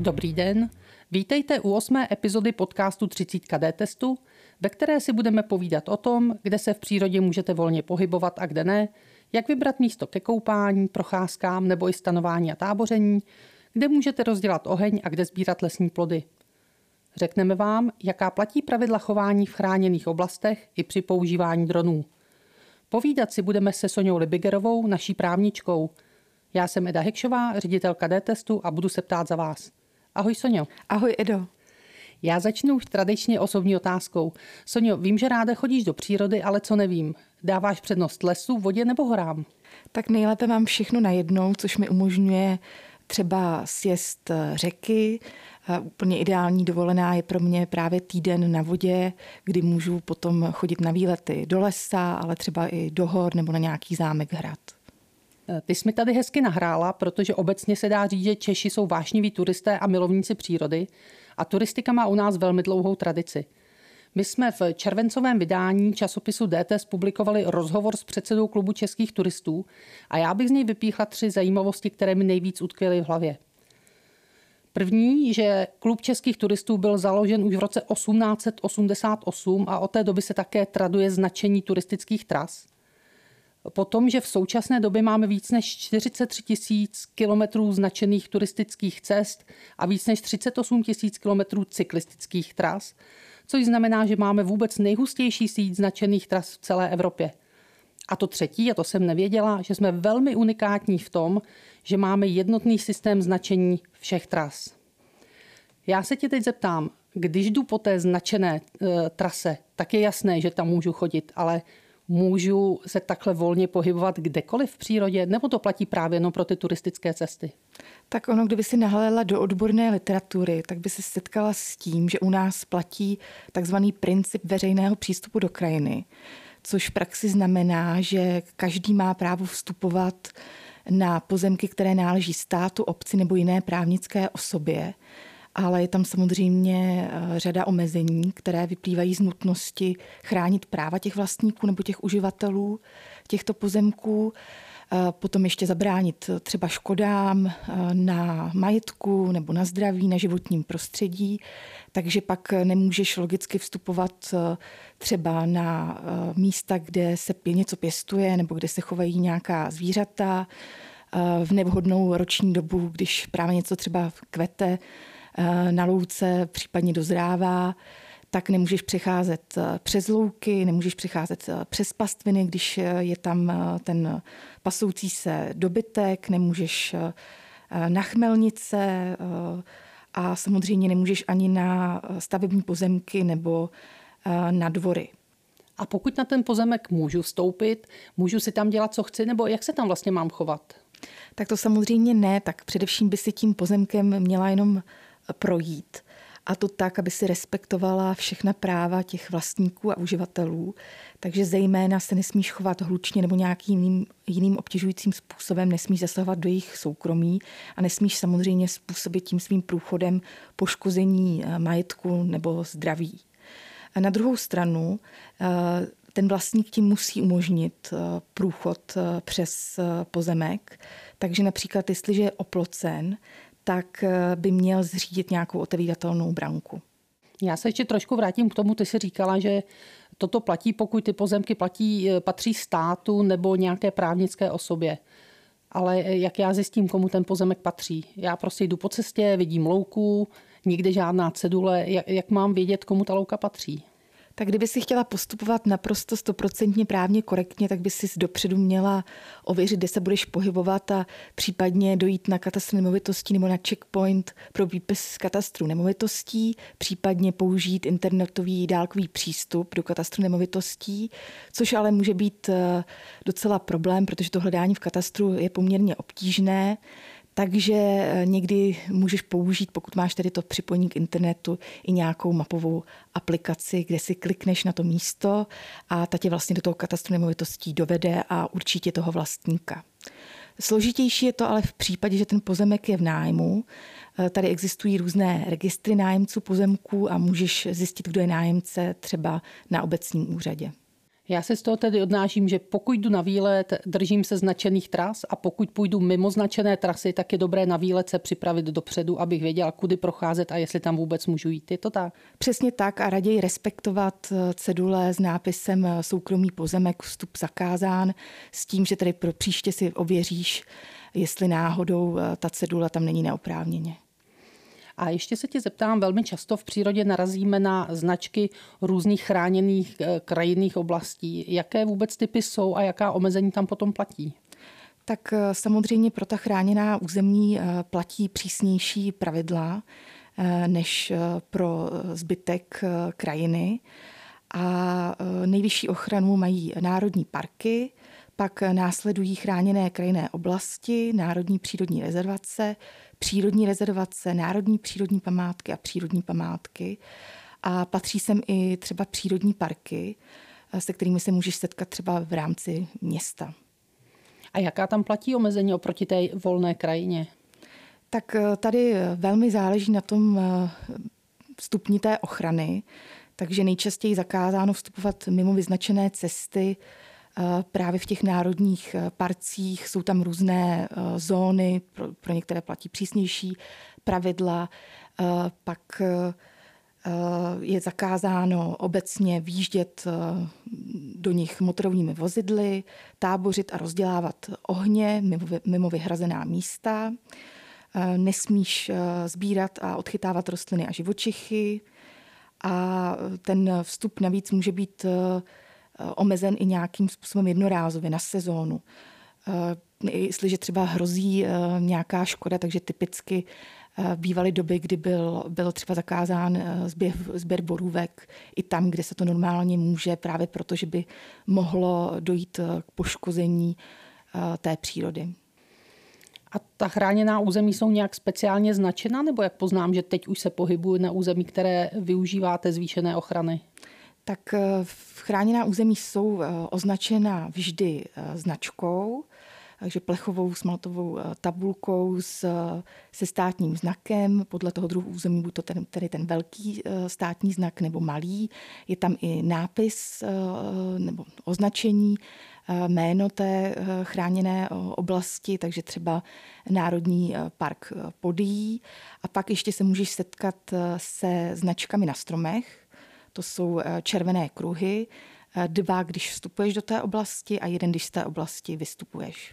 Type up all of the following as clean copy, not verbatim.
Dobrý den, vítejte u 8. epizody podcastu 30 D-testu, ve které si budeme povídat o tom, kde se v přírodě můžete volně pohybovat a kde ne, jak vybrat místo ke koupání, procházkám nebo i stanování a táboření, kde můžete rozdělat oheň a kde sbírat lesní plody. Řekneme vám, jaká platí pravidla chování v chráněných oblastech i při používání dronů. Povídat si budeme se Soňou Libigerovou, naší právničkou. Já jsem Eda Hekšová, ředitelka D-testu a budu se ptát za vás. Ahoj Soňo. Ahoj Edo. Já začnu už tradičně osobní otázkou. Soňo, vím, že ráda chodíš do přírody, ale co nevím. Dáváš přednost lesu, vodě nebo horám? Tak nejlépe mám všechno najednou, což mi umožňuje třeba sjezd řeky. Úplně ideální dovolená je pro mě právě týden na vodě, kdy můžu potom chodit na výlety do lesa, ale třeba i do hor nebo na nějaký zámek, hrad. Ty jsi mi tady hezky nahrála, protože obecně se dá říct, že Češi jsou vášniví turisté a milovníci přírody a turistika má u nás velmi dlouhou tradici. My jsme v červencovém vydání časopisu D-test publikovali rozhovor s předsedou klubu českých turistů a já bych z něj vypíchla 3 zajímavosti, které mi nejvíc utkvěly v hlavě. První, že klub českých turistů byl založen už v roce 1888 a od té doby se také traduje značení turistických tras. Potom, že v současné době máme víc než 43 000 kilometrů značených turistických cest a víc než 38 000 kilometrů cyklistických tras, což znamená, že máme vůbec nejhustější síť značených tras v celé Evropě. A to třetí, a to jsem nevěděla, že jsme velmi unikátní v tom, že máme jednotný systém značení všech tras. Já se tě teď zeptám, když jdu po té značené trase, tak je jasné, že tam můžu chodit, ale můžu se takhle volně pohybovat kdekoliv v přírodě, nebo to platí právě jenom pro ty turistické cesty? Tak ono, kdyby si nahlédla do odborné literatury, tak by se setkala s tím, že u nás platí takzvaný princip veřejného přístupu do krajiny, což v praxi znamená, že každý má právo vstupovat na pozemky, které náleží státu, obci nebo jiné právnické osobě, ale je tam samozřejmě řada omezení, které vyplývají z nutnosti chránit práva těch vlastníků nebo těch uživatelů těchto pozemků, potom ještě zabránit třeba škodám na majetku nebo na zdraví, na životním prostředí, takže pak nemůžeš logicky vstupovat třeba na místa, kde se něco pěstuje nebo kde se chovají nějaká zvířata v nevhodnou roční dobu, když právě něco třeba kvete na louce, případně dozrává, tak nemůžeš přecházet přes louky, nemůžeš přecházet přes pastviny, když je tam ten pasoucí se dobytek, nemůžeš na chmelnice a samozřejmě nemůžeš ani na stavební pozemky nebo na dvory. A pokud na ten pozemek můžu vstoupit, můžu si tam dělat, co chci, nebo jak se tam vlastně mám chovat? Tak to samozřejmě ne, tak především by si tím pozemkem měla jenom projít. A to tak, aby si respektovala všechna práva těch vlastníků a uživatelů. Takže zejména se nesmíš chovat hlučně nebo nějakým jiným obtěžujícím způsobem, nesmíš zasahovat do jejich soukromí a nesmíš samozřejmě způsobit tím svým průchodem poškození majetku nebo zdraví. A na druhou stranu ten vlastník tím musí umožnit průchod přes pozemek. Takže například, jestliže je oplocen, tak by měl zřídit nějakou otevíratelnou branku. Já se ještě trošku vrátím k tomu, ty jsi říkala, že toto platí, pokud ty pozemky patří státu nebo nějaké právnické osobě. Ale jak já zjistím, komu ten pozemek patří? Já prostě jdu po cestě, vidím louku, nikde žádná cedule. Jak mám vědět, komu ta louka patří? Tak kdyby si chtěla postupovat naprosto 100% právně korektně, tak by si dopředu měla ověřit, kde se budeš pohybovat a případně dojít na katastr nemovitostí nebo na checkpoint pro výpis katastru nemovitostí, případně použít internetový dálkový přístup do katastru nemovitostí, což ale může být docela problém, protože to hledání v katastru je poměrně obtížné. Takže někdy můžeš použít, pokud máš tedy to připojení k internetu, i nějakou mapovou aplikaci, kde si klikneš na to místo a ta tě vlastně do toho katastru nemovitostí dovede a určitě toho vlastníka. Složitější je to ale v případě, že ten pozemek je v nájmu. Tady existují různé registry nájemců pozemků a můžeš zjistit, kdo je nájemce třeba na obecním úřadě. Já se z toho tedy odnáším, že pokud jdu na výlet, držím se značených tras a pokud půjdu mimo značené trasy, tak je dobré na výlet se připravit dopředu, abych věděla, kudy procházet a jestli tam vůbec můžu jít. Je to tak? Přesně tak a raději respektovat cedule s nápisem soukromý pozemek, vstup zakázán, s tím, že tedy pro příště si ověříš, jestli náhodou ta cedule tam není neoprávněně. A ještě se tě zeptám, velmi často v přírodě narazíme na značky různých chráněných krajinných oblastí. Jaké vůbec typy jsou a jaká omezení tam potom platí? Tak samozřejmě pro ta chráněná území platí přísnější pravidla než pro zbytek krajiny. A nejvyšší ochranu mají národní parky, pak následují chráněné krajinné oblasti, národní přírodní rezervace, národní přírodní památky a přírodní památky. A patří sem i třeba přírodní parky, se kterými se můžeš setkat třeba v rámci města. A jaká tam platí omezení oproti té volné krajině? Tak tady velmi záleží na tom stupni té ochrany, takže nejčastěji zakázáno vstupovat mimo vyznačené cesty. Právě v těch národních parcích jsou tam různé zóny, pro některé platí přísnější pravidla, pak je zakázáno obecně výjíždět do nich motorovými vozidly, tábořit a rozdělávat ohně mimo vyhrazená místa. Nesmíš sbírat a odchytávat rostliny a živočichy a ten vstup navíc může být omezen i nějakým způsobem jednorázově na sezónu. Jestliže třeba hrozí nějaká škoda, takže typicky bývaly doby, kdy byl třeba zakázán sběr borůvek i tam, kde se to normálně může, právě proto, že by mohlo dojít k poškození té přírody. A ta chráněná území jsou nějak speciálně značena, nebo jak poznám, že teď už se pohybuji na území, které využíváte zvýšené ochrany? Tak chráněná území jsou označena vždy značkou, takže plechovou smaltovou tabulkou se státním znakem. Podle toho druhu území buď to tedy ten velký státní znak nebo malý. Je tam i nápis nebo označení, jméno té chráněné oblasti, takže třeba Národní park Podyjí. A pak ještě se můžeš setkat se značkami na stromech. To jsou červené kruhy, 2, když vstupuješ do té oblasti a 1, když z té oblasti vystupuješ.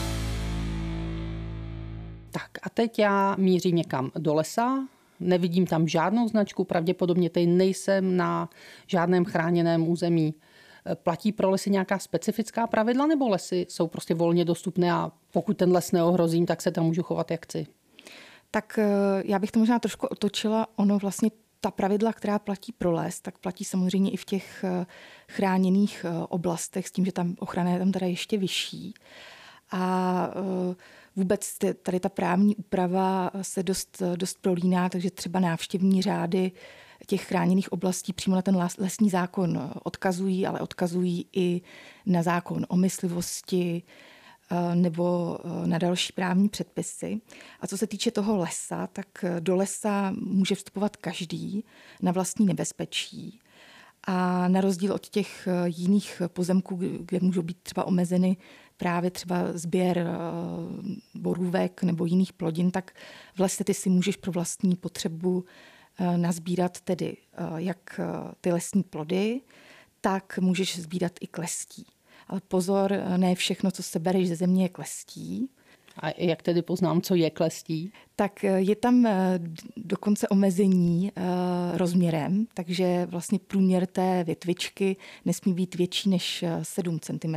Tak a teď já mířím někam do lesa, nevidím tam žádnou značku, pravděpodobně tady nejsem na žádném chráněném území. Platí pro lesy nějaká specifická pravidla nebo lesy jsou prostě volně dostupné a pokud ten les neohrozím, tak se tam můžu chovat jak chci? Tak já bych to možná trošku otočila. Ono vlastně ta pravidla, která platí pro les, tak platí samozřejmě i v těch chráněných oblastech s tím, že tam ochrana je tam teda ještě vyšší. A vůbec tady ta právní úprava se dost prolíná, takže třeba návštěvní řády těch chráněných oblastí přímo na ten lesní zákon odkazují, ale odkazují i na zákon o myslivosti nebo na další právní předpisy. A co se týče toho lesa, tak do lesa může vstupovat každý na vlastní nebezpečí. A na rozdíl od těch jiných pozemků, kde můžou být třeba omezeny právě třeba sběr borůvek nebo jiných plodin, tak v lese ty si můžeš pro vlastní potřebu nazbírat tedy jak ty lesní plody, tak můžeš sbírat i klestí. Ale pozor, ne všechno, co se bereš ze země, je klestí. A jak tedy poznám, co je klestí? Tak je tam dokonce omezení rozměrem, takže vlastně průměr té větvičky nesmí být větší než 7 cm.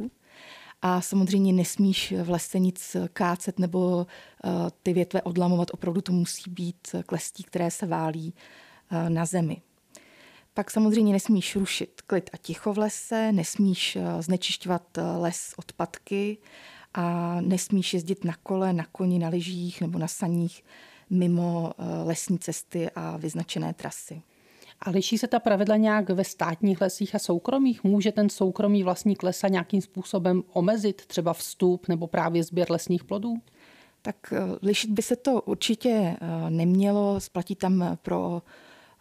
A samozřejmě nesmíš v lese nic kácet nebo ty větve odlamovat. Opravdu to musí být klestí, které se válí na zemi. Pak samozřejmě nesmíš rušit klid a ticho v lese, nesmíš znečišťovat les odpadky a nesmíš jezdit na kole, na koni, na lyžích nebo na saních mimo lesní cesty a vyznačené trasy. A liší se ta pravidla nějak ve státních lesích a soukromých? Může ten soukromý vlastník lesa nějakým způsobem omezit třeba vstup nebo právě sběr lesních plodů? Tak lišit by se to určitě nemělo. Splatí tam pro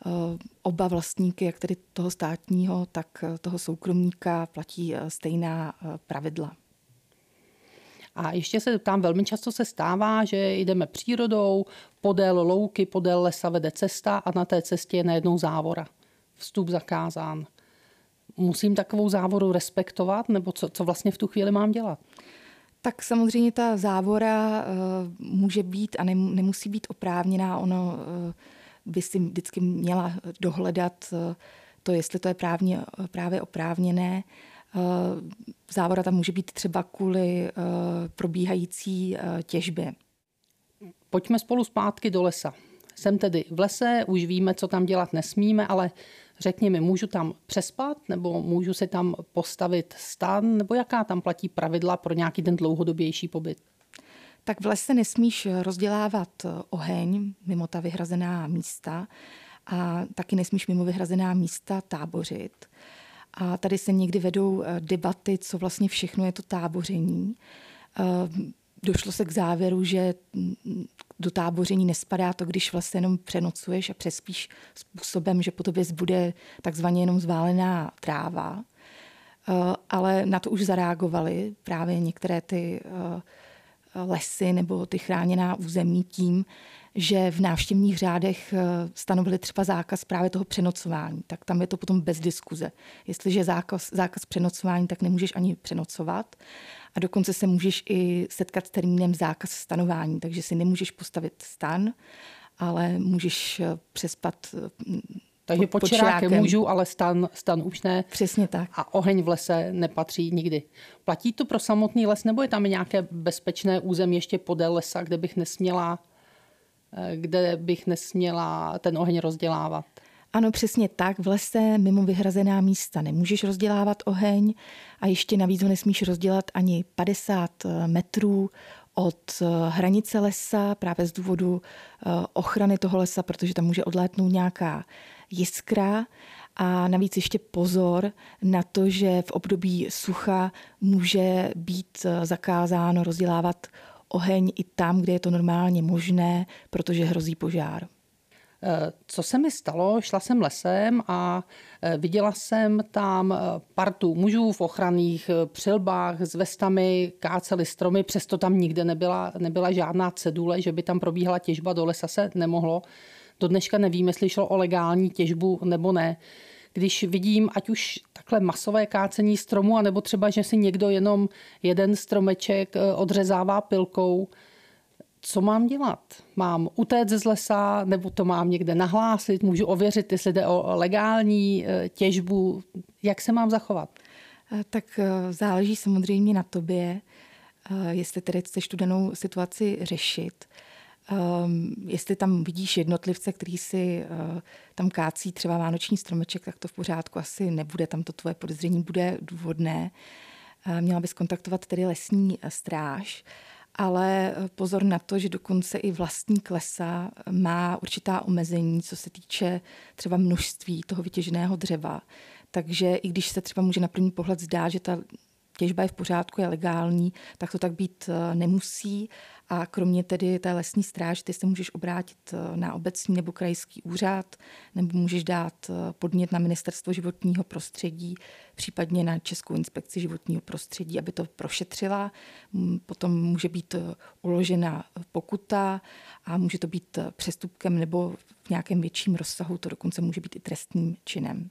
oba vlastníky, jak tedy toho státního, tak toho soukromníka, platí stejná pravidla. A ještě se tam velmi často se stává, že jdeme přírodou, podél louky, podél lesa vede cesta a na té cestě je najednou závora. Vstup zakázán. Musím takovou závoru respektovat, nebo co vlastně v tu chvíli mám dělat? Tak samozřejmě ta závora může být a nemusí být oprávněná. Ono by si vždycky měla dohledat to, jestli to je právě oprávněné. Závora tam může být třeba kvůli probíhající těžbě. Pojďme spolu zpátky do lesa. Jsem tedy v lese, už víme, co tam dělat nesmíme, ale řekni mi, můžu tam přespat nebo můžu si tam postavit stan, nebo jaká tam platí pravidla pro nějaký ten dlouhodobější pobyt? Tak v lese nesmíš rozdělávat oheň mimo ta vyhrazená místa a taky nesmíš mimo vyhrazená místa tábořit. A tady se někdy vedou debaty, co vlastně všechno je to táboření. Došlo se k závěru, že do táboření nespadá to, když vlastně jenom přenocuješ a přespíš způsobem, že po tobě zbude takzvaně jenom zválená tráva. Ale na to už zareagovaly právě některé ty lesy nebo ty chráněná území tím, že v návštěvních řádech stanovili třeba zákaz právě toho přenocování. Tak tam je to potom bez diskuze. Jestliže je zákaz přenocování, tak nemůžeš ani přenocovat. A dokonce se můžeš i setkat s termínem zákaz stanování. Takže si nemůžeš postavit stan, ale můžeš přespat. Takže pod čirákem můžu, ale stan už ne. Přesně tak. A oheň v lese nepatří nikdy. Platí to pro samotný les, nebo je tam nějaké bezpečné území ještě podél lesa, kde bych nesměla ten oheň rozdělávat? Ano, přesně tak. V lese mimo vyhrazená místa nemůžeš rozdělávat oheň a ještě navíc ho nesmíš rozdělat ani 50 metrů od hranice lesa, právě z důvodu ochrany toho lesa, protože tam může odlétnout nějaká jiskra. A navíc ještě pozor na to, že v období sucha může být zakázáno rozdělávat oheň i tam, kde je to normálně možné, protože hrozí požár. Co se mi stalo, šla jsem lesem a viděla jsem tam partu mužů v ochranných přilbách s vestami, káceli stromy, přesto tam nikde nebyla žádná cedule, že by tam probíhala těžba, do lesa se nemohlo. Do dneška nevím, jestli šlo o legální těžbu nebo ne. Když vidím ať už takhle masové kácení stromu, anebo třeba, že si někdo jenom jeden stromeček odřezává pilkou, co mám dělat? Mám utéct z lesa, nebo to mám někde nahlásit? Můžu ověřit, jestli jde o legální těžbu? Jak se mám zachovat? Tak záleží samozřejmě na tobě, jestli tedy chceš tu danou situaci řešit. Jestli tam vidíš jednotlivce, který si tam kácí třeba vánoční stromeček, tak to v pořádku asi nebude. Tam to tvoje podezření bude důvodné. Měla bys kontaktovat tedy lesní stráž. Ale pozor na to, že dokonce i vlastník lesa má určitá omezení, co se týče třeba množství toho vytěženého dřeva. Takže i když se třeba může na první pohled zdát, že ta těžba je v pořádku, je legální, tak to tak být nemusí. A kromě tedy té lesní stráže, ty se můžeš obrátit na obecní nebo krajský úřad, nebo můžeš dát podnět na Ministerstvo životního prostředí, případně na Českou inspekci životního prostředí, aby to prošetřila. Potom může být uložena pokuta a může to být přestupkem nebo v nějakém větším rozsahu, to dokonce může být i trestným činem.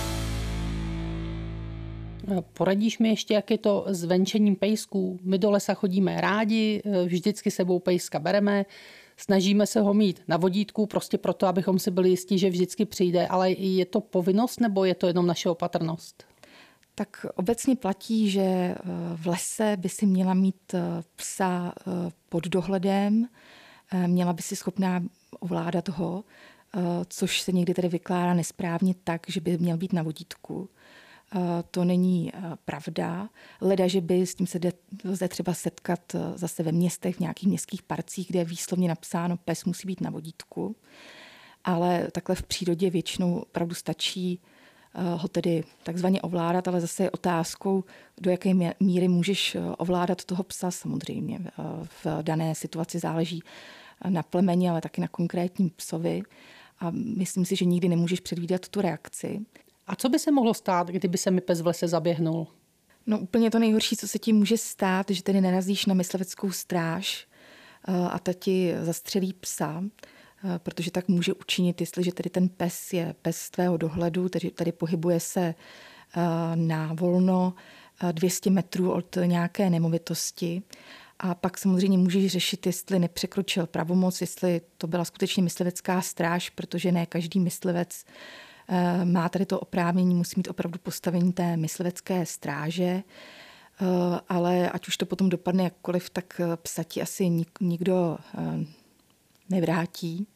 Poradíš mi ještě, jak je to s venčením pejsků? My do lesa chodíme rádi, vždycky sebou pejska bereme, snažíme se ho mít na vodítku, prostě proto, abychom si byli jistí, že vždycky přijde, ale je to povinnost nebo je to jenom naše opatrnost? Tak obecně platí, že v lese by si měla mít psa pod dohledem, měla by si schopná ovládat ho, což se někdy tedy vykládá nesprávně tak, že by měl být na vodítku. To není pravda. Leda, že by s tím se lze třeba setkat zase ve městech, v nějakých městských parcích, kde je výslovně napsáno, pes musí být na vodítku. Ale takhle v přírodě většinou opravdu stačí ho tedy takzvaně ovládat, ale zase je otázkou, do jaké míry můžeš ovládat toho psa samozřejmě. V dané situaci záleží na plemeni, ale taky na konkrétním psovi. a myslím si, že nikdy nemůžeš předvídat tu reakci. A co by se mohlo stát, kdyby se mi pes v lese zaběhnul? No úplně to nejhorší, co se ti může stát, že tedy narazíš na mysliveckou stráž a ta ti zastřelí psa, protože tak může učinit, jestliže tedy ten pes je pes tvého dohledu, tedy tady pohybuje se na volno 200 metrů od nějaké nemovitosti. A pak samozřejmě můžeš řešit, jestli nepřekročil pravomoc, jestli to byla skutečně myslivecká stráž, protože ne každý myslivec má tady to oprávnění, musí mít opravdu postavení té myslivecké stráže, ale ať už to potom dopadne jakkoliv, tak psa ti asi nikdo nevrátí.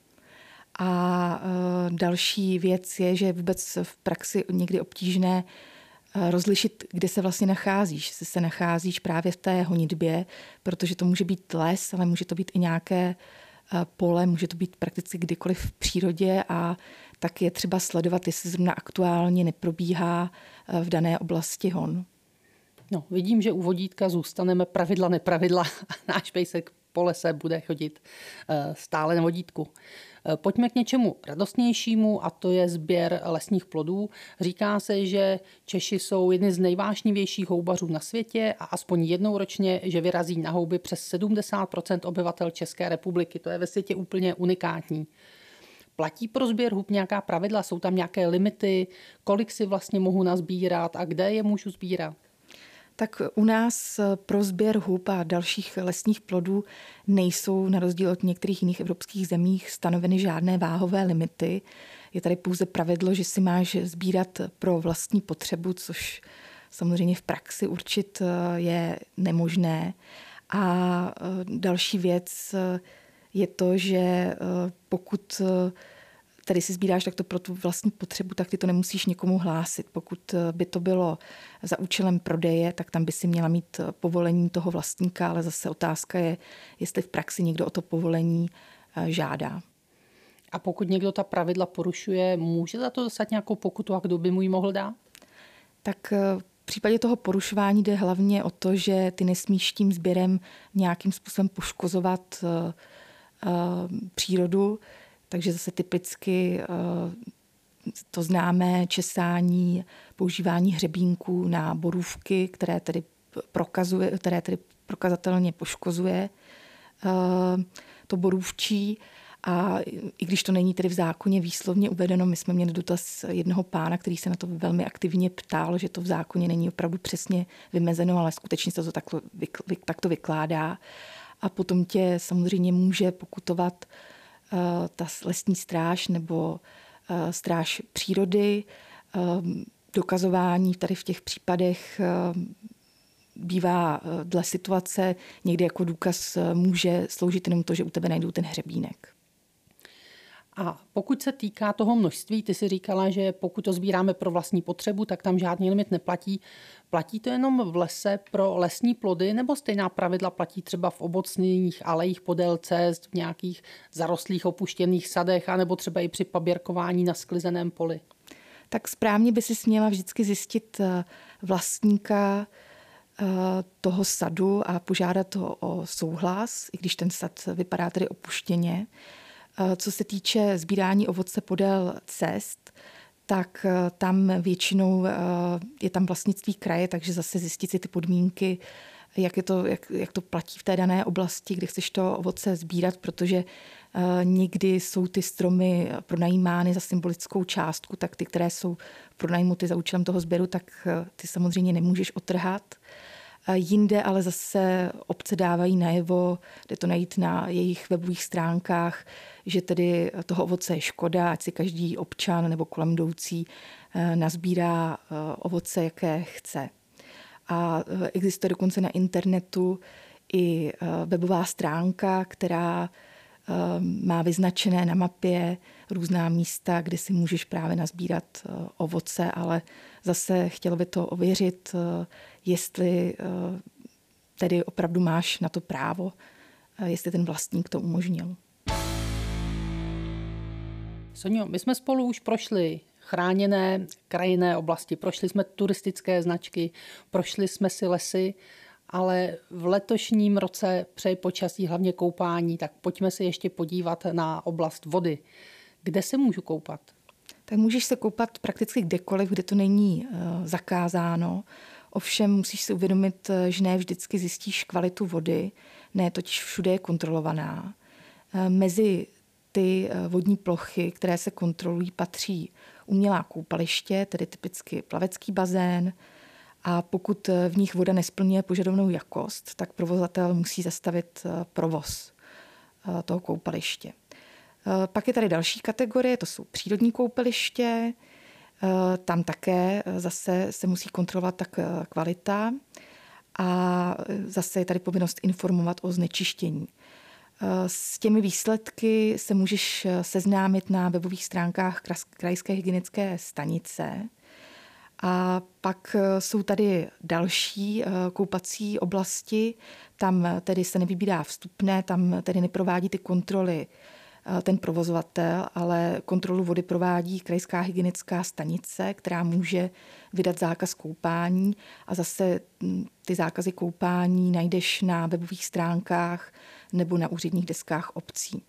A další věc je, že vůbec v praxi někdy obtížné rozlišit, kde se vlastně nacházíš. Jestli se nacházíš právě v té honitbě, protože to může být les, ale může to být i nějaké pole, může to být prakticky kdykoliv v přírodě a tak je třeba sledovat, jestli zrovna aktuálně neprobíhá v dané oblasti hon. No, vidím, že u vodítka zůstaneme pravidla, nepravidla. Náš pejsek po lese bude chodit stále na vodítku. Pojďme k něčemu radostnějšímu a to je sběr lesních plodů. Říká se, že Češi jsou jedni z nejvášnivějších houbařů na světě a aspoň jednou ročně, že vyrazí na houby přes 70% obyvatel České republiky. To je ve světě úplně unikátní. Platí pro sběr hub nějaká pravidla? Jsou tam nějaké limity? Kolik si vlastně mohu nazbírat a kde je můžu sbírat? Tak u nás pro sběr hub a dalších lesních plodů nejsou na rozdíl od některých jiných evropských zemích stanoveny žádné váhové limity. Je tady pouze pravidlo, že si máš sbírat pro vlastní potřebu, což samozřejmě v praxi určit je nemožné. A další věc je to, že pokud tady si sbíráš takto pro tu vlastní potřebu, tak ty to nemusíš nikomu hlásit. Pokud by to bylo za účelem prodeje, tak tam by si měla mít povolení toho vlastníka, ale zase otázka je, jestli v praxi někdo o to povolení žádá. A pokud někdo ta pravidla porušuje, může za to dostat nějakou pokutu a kdo by mu ji mohl dát? Tak v případě toho porušování jde hlavně o to, že ty nesmíš tím sběrem nějakým způsobem poškozovat přírodu, takže zase typicky to známé česání, používání hřebínků na borůvky, které tedy prokazatelně poškozuje to borůvčí. A i když to není tedy v zákoně výslovně uvedeno, my jsme měli dotaz jednoho pána, který se na to velmi aktivně ptal, že to v zákoně není opravdu přesně vymezeno, ale skutečně se to takto vykládá. A potom tě samozřejmě může pokutovat ta lesní stráž nebo stráž přírody. Dokazování tady v těch případech bývá dle situace. Někdy jako důkaz může sloužit jenom to, že u tebe najdou ten hřebínek. A pokud se týká toho množství, ty si říkala, že pokud to sbíráme pro vlastní potřebu, tak tam žádný limit neplatí. Platí to jenom v lese pro lesní plody, nebo stejná pravidla platí třeba v ovocných alejích podél cest, v nějakých zarostlých opuštěných sadech, anebo třeba i při paběrkování na sklizeném poli? Tak správně by si měla vždycky zjistit vlastníka toho sadu a požádat ho o souhlas, i když ten sad vypadá tedy opuštěně. Co se týče sbírání ovoce podél cest, tak tam většinou je tam vlastnictví kraje, takže zase zjistit si ty podmínky, jak to platí v té dané oblasti, kde chceš to ovoce sbírat, protože někdy jsou ty stromy pronajímány za symbolickou částku, tak ty, které jsou pronajímuty za účelem toho sběru, tak ty samozřejmě nemůžeš otrhat. Jinde ale zase obce dávají najevo, jde to najít na jejich webových stránkách, že tedy toho ovoce je škoda, ať si každý občan nebo kolem jdoucí nazbírá ovoce, jaké chce. A existuje dokonce na internetu i webová stránka, která má vyznačené na mapě různá místa, kde si můžeš právě nazbírat ovoce, ale zase chtělo by to ověřit, jestli tedy opravdu máš na to právo, jestli ten vlastník to umožnil. Sonio, my jsme spolu už prošli chráněné krajinné oblasti, prošli jsme turistické značky, prošli jsme si lesy, ale v letošním roce přeji počasí, hlavně koupání, tak pojďme se ještě podívat na oblast vody. Kde se můžu koupat? Tak můžeš se koupat prakticky kdekoliv, kde to není zakázáno. Ovšem musíš si uvědomit, že ne vždycky zjistíš kvalitu vody, ne totiž všude je kontrolovaná. Mezi ty vodní plochy, které se kontrolují, patří umělá koupaliště, tedy typicky plavecký bazén, a pokud v nich voda nesplňuje požadovanou jakost, tak provozovatel musí zastavit provoz toho koupaliště. Pak je tady další kategorie, to jsou přírodní koupaliště. Tam také zase se musí kontrolovat ta kvalita a zase je tady povinnost informovat o znečištění. S těmi výsledky se můžeš seznámit na webových stránkách krajské hygienické stanice. A pak jsou tady další koupací oblasti, tam tedy se nevybírá vstupné, tam tedy neprovádí ty kontroly ten provozovatel, ale kontrolu vody provádí krajská hygienická stanice, která může vydat zákaz koupání a zase ty zákazy koupání najdeš na webových stránkách nebo na úředních deskách obcí.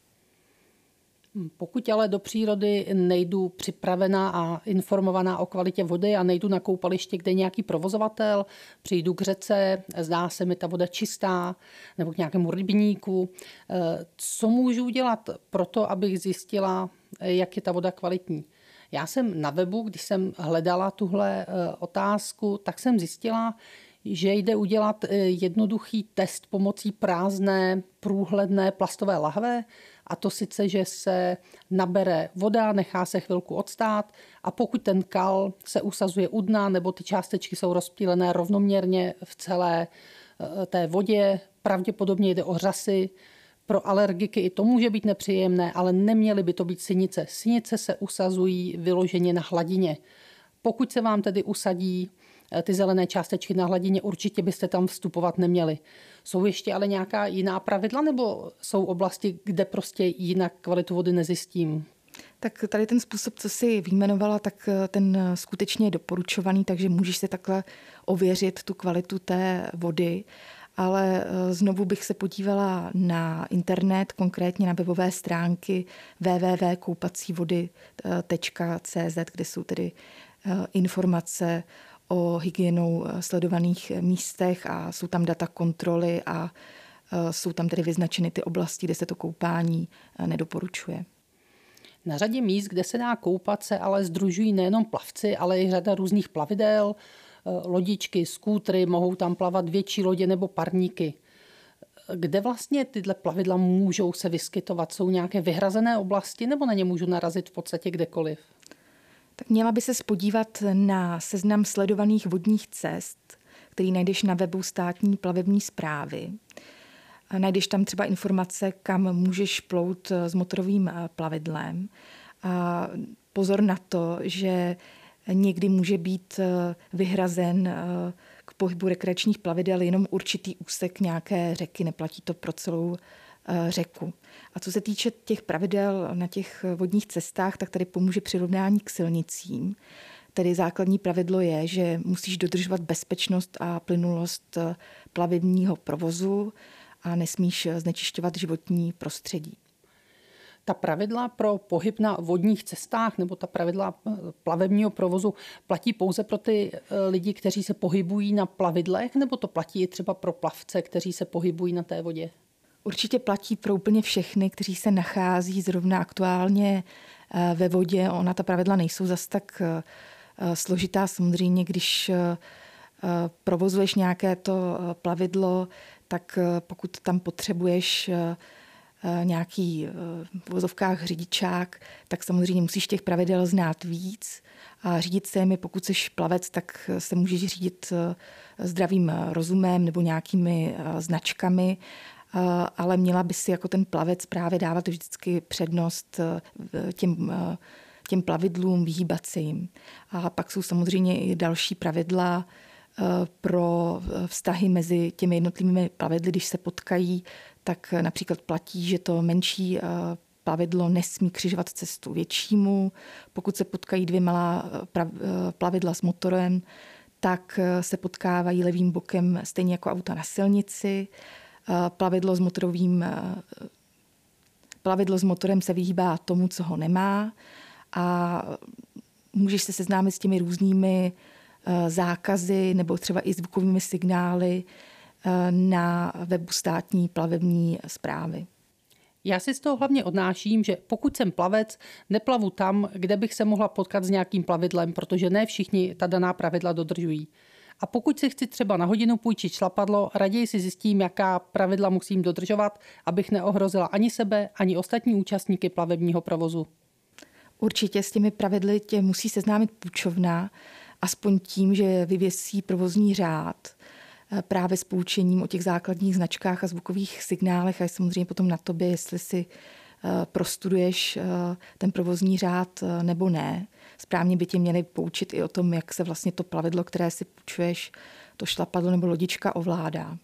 Pokud ale do přírody nejdu připravená a informovaná o kvalitě vody a nejdu na koupaliště, kde je nějaký provozovatel, přijdu k řece, zdá se mi ta voda čistá, nebo k nějakému rybníku, co můžu udělat pro to, abych zjistila, jak je ta voda kvalitní? Já jsem na webu, když jsem hledala tuhle otázku, tak jsem zjistila, že jde udělat jednoduchý test pomocí prázdné, průhledné plastové lahve, a to sice, že se nabere voda, nechá se chvilku odstát a pokud ten kal se usazuje u dna nebo ty částečky jsou rozptýlené rovnoměrně v celé té vodě, pravděpodobně jde o řasy. Pro alergiky i to může být nepříjemné, ale neměly by to být sinice. Sinice se usazují vyloženě na hladině. Pokud se vám tedy usadí ty zelené částečky na hladině, určitě byste tam vstupovat neměli. Jsou ještě ale nějaká jiná pravidla, nebo jsou oblasti, kde prostě jinak kvalitu vody nezjistím? Tak tady ten způsob, co jsi vyjmenovala, tak ten skutečně je doporučovaný, takže můžeš si takhle ověřit tu kvalitu té vody. Ale znovu bych se podívala na internet, konkrétně na webové stránky www.koupacívody.cz, kde jsou tedy informace o hygienou sledovaných místech a jsou tam data kontroly a jsou tam tedy vyznačeny ty oblasti, kde se to koupání nedoporučuje. Na řadě míst, kde se dá koupat, se ale sdružují nejenom plavci, ale i řada různých plavidel, lodičky, skútry, mohou tam plavat větší lodě nebo parníky. Kde vlastně tyhle plavidla můžou se vyskytovat? Jsou nějaké vyhrazené oblasti nebo na ně můžu narazit v podstatě kdekoliv? Tak měla by se podívat na seznam sledovaných vodních cest, který najdeš na webu Státní plavební správy. Najdeš tam třeba informace, kam můžeš plout s motorovým plavidlem. A pozor na to, že někdy může být vyhrazen k pohybu rekreačních plavidel jenom určitý úsek nějaké řeky, neplatí to pro celou řeku. A co se týče těch pravidel na těch vodních cestách, tak tady pomůže přirovnání k silnicím. Tedy základní pravidlo je, že musíš dodržovat bezpečnost a plynulost plavebního provozu a nesmíš znečišťovat životní prostředí. Ta pravidla pro pohyb na vodních cestách nebo ta pravidla plavebního provozu platí pouze pro ty lidi, kteří se pohybují na plavidlech, nebo to platí i třeba pro plavce, kteří se pohybují na té vodě? Určitě platí pro úplně všechny, kteří se nachází zrovna aktuálně ve vodě. Ona ta pravidla nejsou zas tak složitá. Samozřejmě, když provozuješ nějaké to plavidlo, tak pokud tam potřebuješ nějaký v vozovkách řidičák, tak samozřejmě musíš těch pravidel znát víc a řídit se jimi. Pokud jsi plavec, tak se můžeš řídit zdravým rozumem nebo nějakými značkami, ale měla by si jako ten plavec právě dávat vždycky přednost těm plavidlům, vyhýbat se jim. A pak jsou samozřejmě i další pravidla pro vztahy mezi těmi jednotlivými plavidly, když se potkají, tak například platí, že to menší plavidlo nesmí křižovat cestu většímu. Pokud se potkají dvě malá plavidla s motorem, tak se potkávají levým bokem stejně jako auta na silnici. Plavidlo s motorovým plavidlo s motorem se vyhýbá tomu, co ho nemá a můžeš se seznámit s těmi různými zákazy nebo třeba i zvukovými signály na webu státní plavební správy. Já si z toho hlavně odnáším, že pokud jsem plavec, neplavu tam, kde bych se mohla potkat s nějakým plavidlem, protože ne všichni ta daná pravidla dodržují. A pokud si chci třeba na hodinu půjčit šlapadlo, raději si zjistím, jaká pravidla musím dodržovat, abych neohrozila ani sebe, ani ostatní účastníky plavebního provozu. Určitě s těmi pravidly tě musí seznámit půjčovna, aspoň tím, že vyvěsí provozní řád právě s poučením o těch základních značkách a zvukových signálech a samozřejmě potom na tobě, jestli si prostuduješ ten provozní řád nebo ne. Správně by tě měli poučit i o tom, jak se vlastně to plavidlo, které si půjčuješ, to šlapadlo nebo lodička ovládá.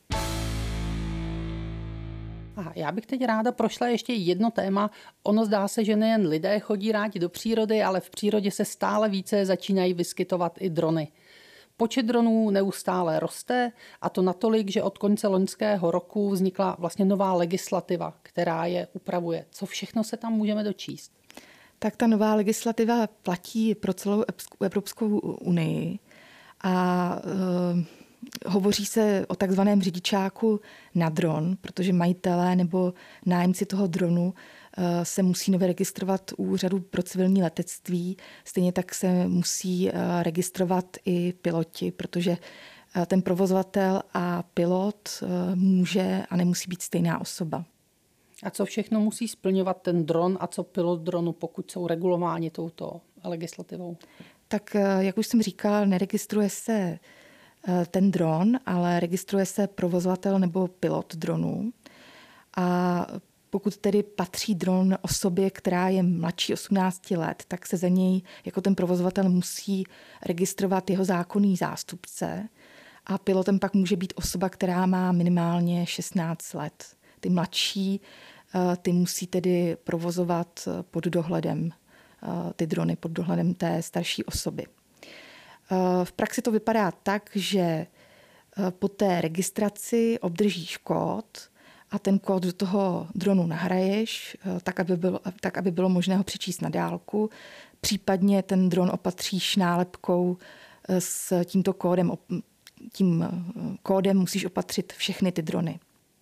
Aha, já bych teď ráda prošla ještě jedno téma. Ono zdá se, že nejen lidé chodí rádi do přírody, ale v přírodě se stále více začínají vyskytovat i drony. Počet dronů neustále roste a to natolik, že od konce loňského roku vznikla vlastně nová legislativa, která je upravuje. Co všechno se tam můžeme dočíst? Tak ta nová legislativa platí pro celou Evropskou unii a hovoří se o takzvaném řidičáku na dron, protože majitelé nebo nájemci toho dronu se musí nově registrovat u Úřadu pro civilní letectví. Stejně tak se musí registrovat i piloti, protože ten provozovatel a pilot může a nemusí být stejná osoba. A co všechno musí splňovat ten dron a co pilot dronu, pokud jsou regulováni touto legislativou? Tak jak už jsem říkala, neregistruje se ten dron, ale registruje se provozovatel nebo pilot dronu. A pokud tedy patří dron osobě, která je mladší 18 let, tak se za něj jako ten provozovatel musí registrovat jeho zákonný zástupce a pilotem pak může být osoba, která má minimálně 16 let. Ty mladší, ty musí tedy provozovat pod dohledem, ty drony pod dohledem té starší osoby. V praxi to vypadá tak, že po té registraci obdržíš kód a ten kód do toho dronu nahraješ, tak, aby bylo možné ho přečíst na dálku. Případně ten dron opatříš nálepkou s tímto kódem. Tím kódem musíš opatřit všechny ty drony.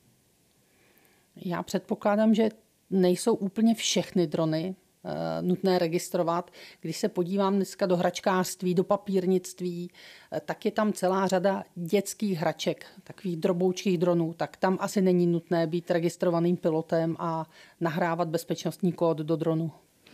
Já předpokládám, že nejsou úplně všechny drony nutné registrovat. Když se podívám dneska do hračkářství, do papírnictví, tak je tam celá řada dětských hraček, takových droboučkých dronů, tak tam asi není nutné být registrovaným pilotem a nahrávat bezpečnostní kód do dronu.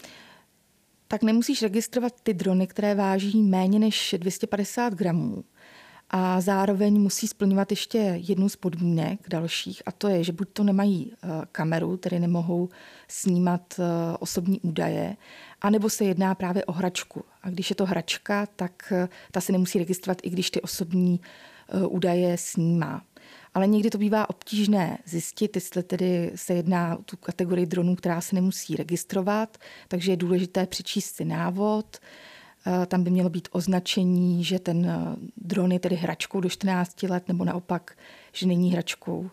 Tak nemusíš registrovat ty drony, které váží méně než 250 gramů. A zároveň musí splňovat ještě jednu z podmínek dalších, a to je, že buď to nemají kameru, tedy nemohou snímat osobní údaje, anebo se jedná právě o hračku. A když je to hračka, tak ta se nemusí registrovat, i když ty osobní údaje snímá. Ale někdy to bývá obtížné zjistit, jestli tedy se jedná o tu kategorii dronů, která se nemusí registrovat, takže je důležité přečíst si návod. Tam by mělo být označení, že ten dron je tedy hračkou do 14 let, nebo naopak, že není hračkou.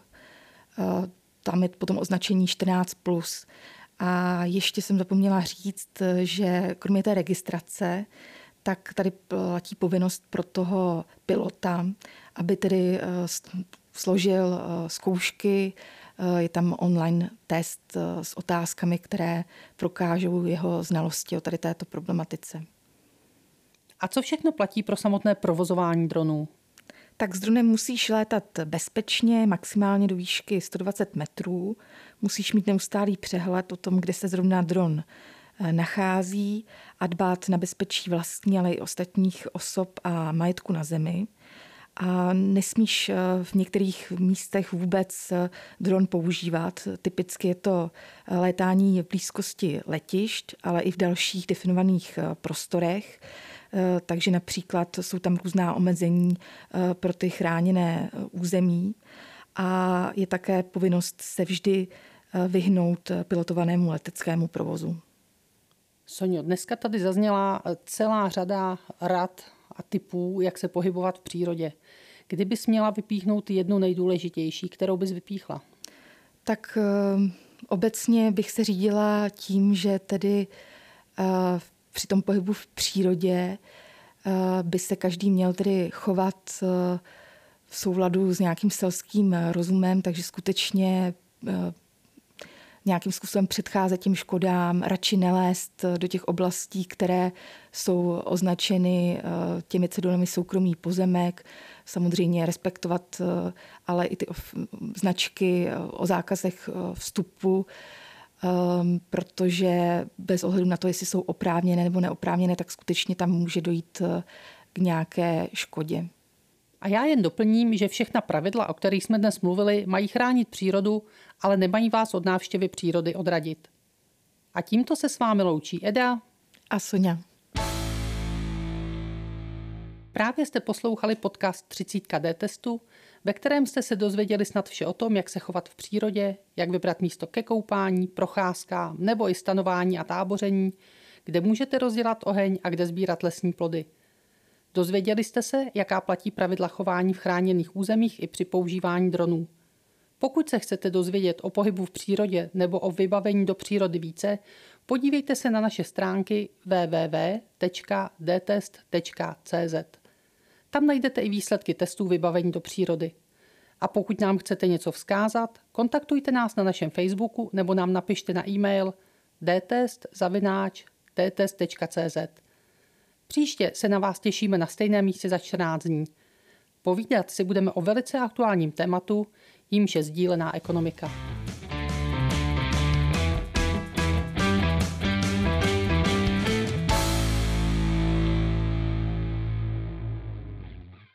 Tam je potom označení 14+. A ještě jsem zapomněla říct, že kromě té registrace, tak tady platí povinnost pro toho pilota, aby tedy složil zkoušky. Je tam online test s otázkami, které prokážou jeho znalosti o tady této problematice. A co všechno platí pro samotné provozování dronů? Tak s dronem musíš létat bezpečně, maximálně do výšky 120 metrů. Musíš mít neustálý přehled o tom, kde se zrovna dron nachází a dbát na bezpečí vlastní, ale i ostatních osob a majetku na zemi. A nesmíš v některých místech vůbec dron používat. Typicky je to létání v blízkosti letišť, ale i v dalších definovaných prostorech. Takže například jsou tam různá omezení pro ty chráněné území a je také povinnost se vždy vyhnout pilotovanému leteckému provozu. Soňo, dneska tady zazněla celá řada rad a tipů, jak se pohybovat v přírodě. Kdybys měla vypíchnout jednu nejdůležitější, kterou bys vypíchla? Tak Obecně bych se řídila tím, že tedy při tom pohybu v přírodě by se každý měl tedy chovat v souladu s nějakým selským rozumem, takže skutečně nějakým způsobem předcházet těm škodám, radši nelézt do těch oblastí, které jsou označeny těmi cedulemi soukromý pozemek, samozřejmě respektovat ale i ty značky o zákazech vstupu, protože bez ohledu na to, jestli jsou oprávněné nebo neoprávněné, tak skutečně tam může dojít k nějaké škodě. A já jen doplním, že všechna pravidla, o kterých jsme dnes mluvili, mají chránit přírodu, ale nemají vás od návštěvy přírody odradit. A tímto se s vámi loučí Eda a Soňa. Právě jste poslouchali podcast 30 D-testu, ve kterém jste se dozvěděli snad vše o tom, jak se chovat v přírodě, jak vybrat místo ke koupání, procházkám nebo i stanování a táboření, kde můžete rozdělat oheň a kde sbírat lesní plody. Dozvěděli jste se, jaká platí pravidla chování v chráněných územích i při používání dronů. Pokud se chcete dozvědět o pohybu v přírodě nebo o vybavení do přírody více, podívejte se na naše stránky www.dtest.cz. Tam najdete i výsledky testů vybavení do přírody. A pokud nám chcete něco vzkázat, kontaktujte nás na našem Facebooku nebo nám napište na e-mail dtest@dtest.cz. Příště se na vás těšíme na stejném místě za 14 dní. Povídat si budeme o velice aktuálním tématu, jímž je sdílená ekonomika.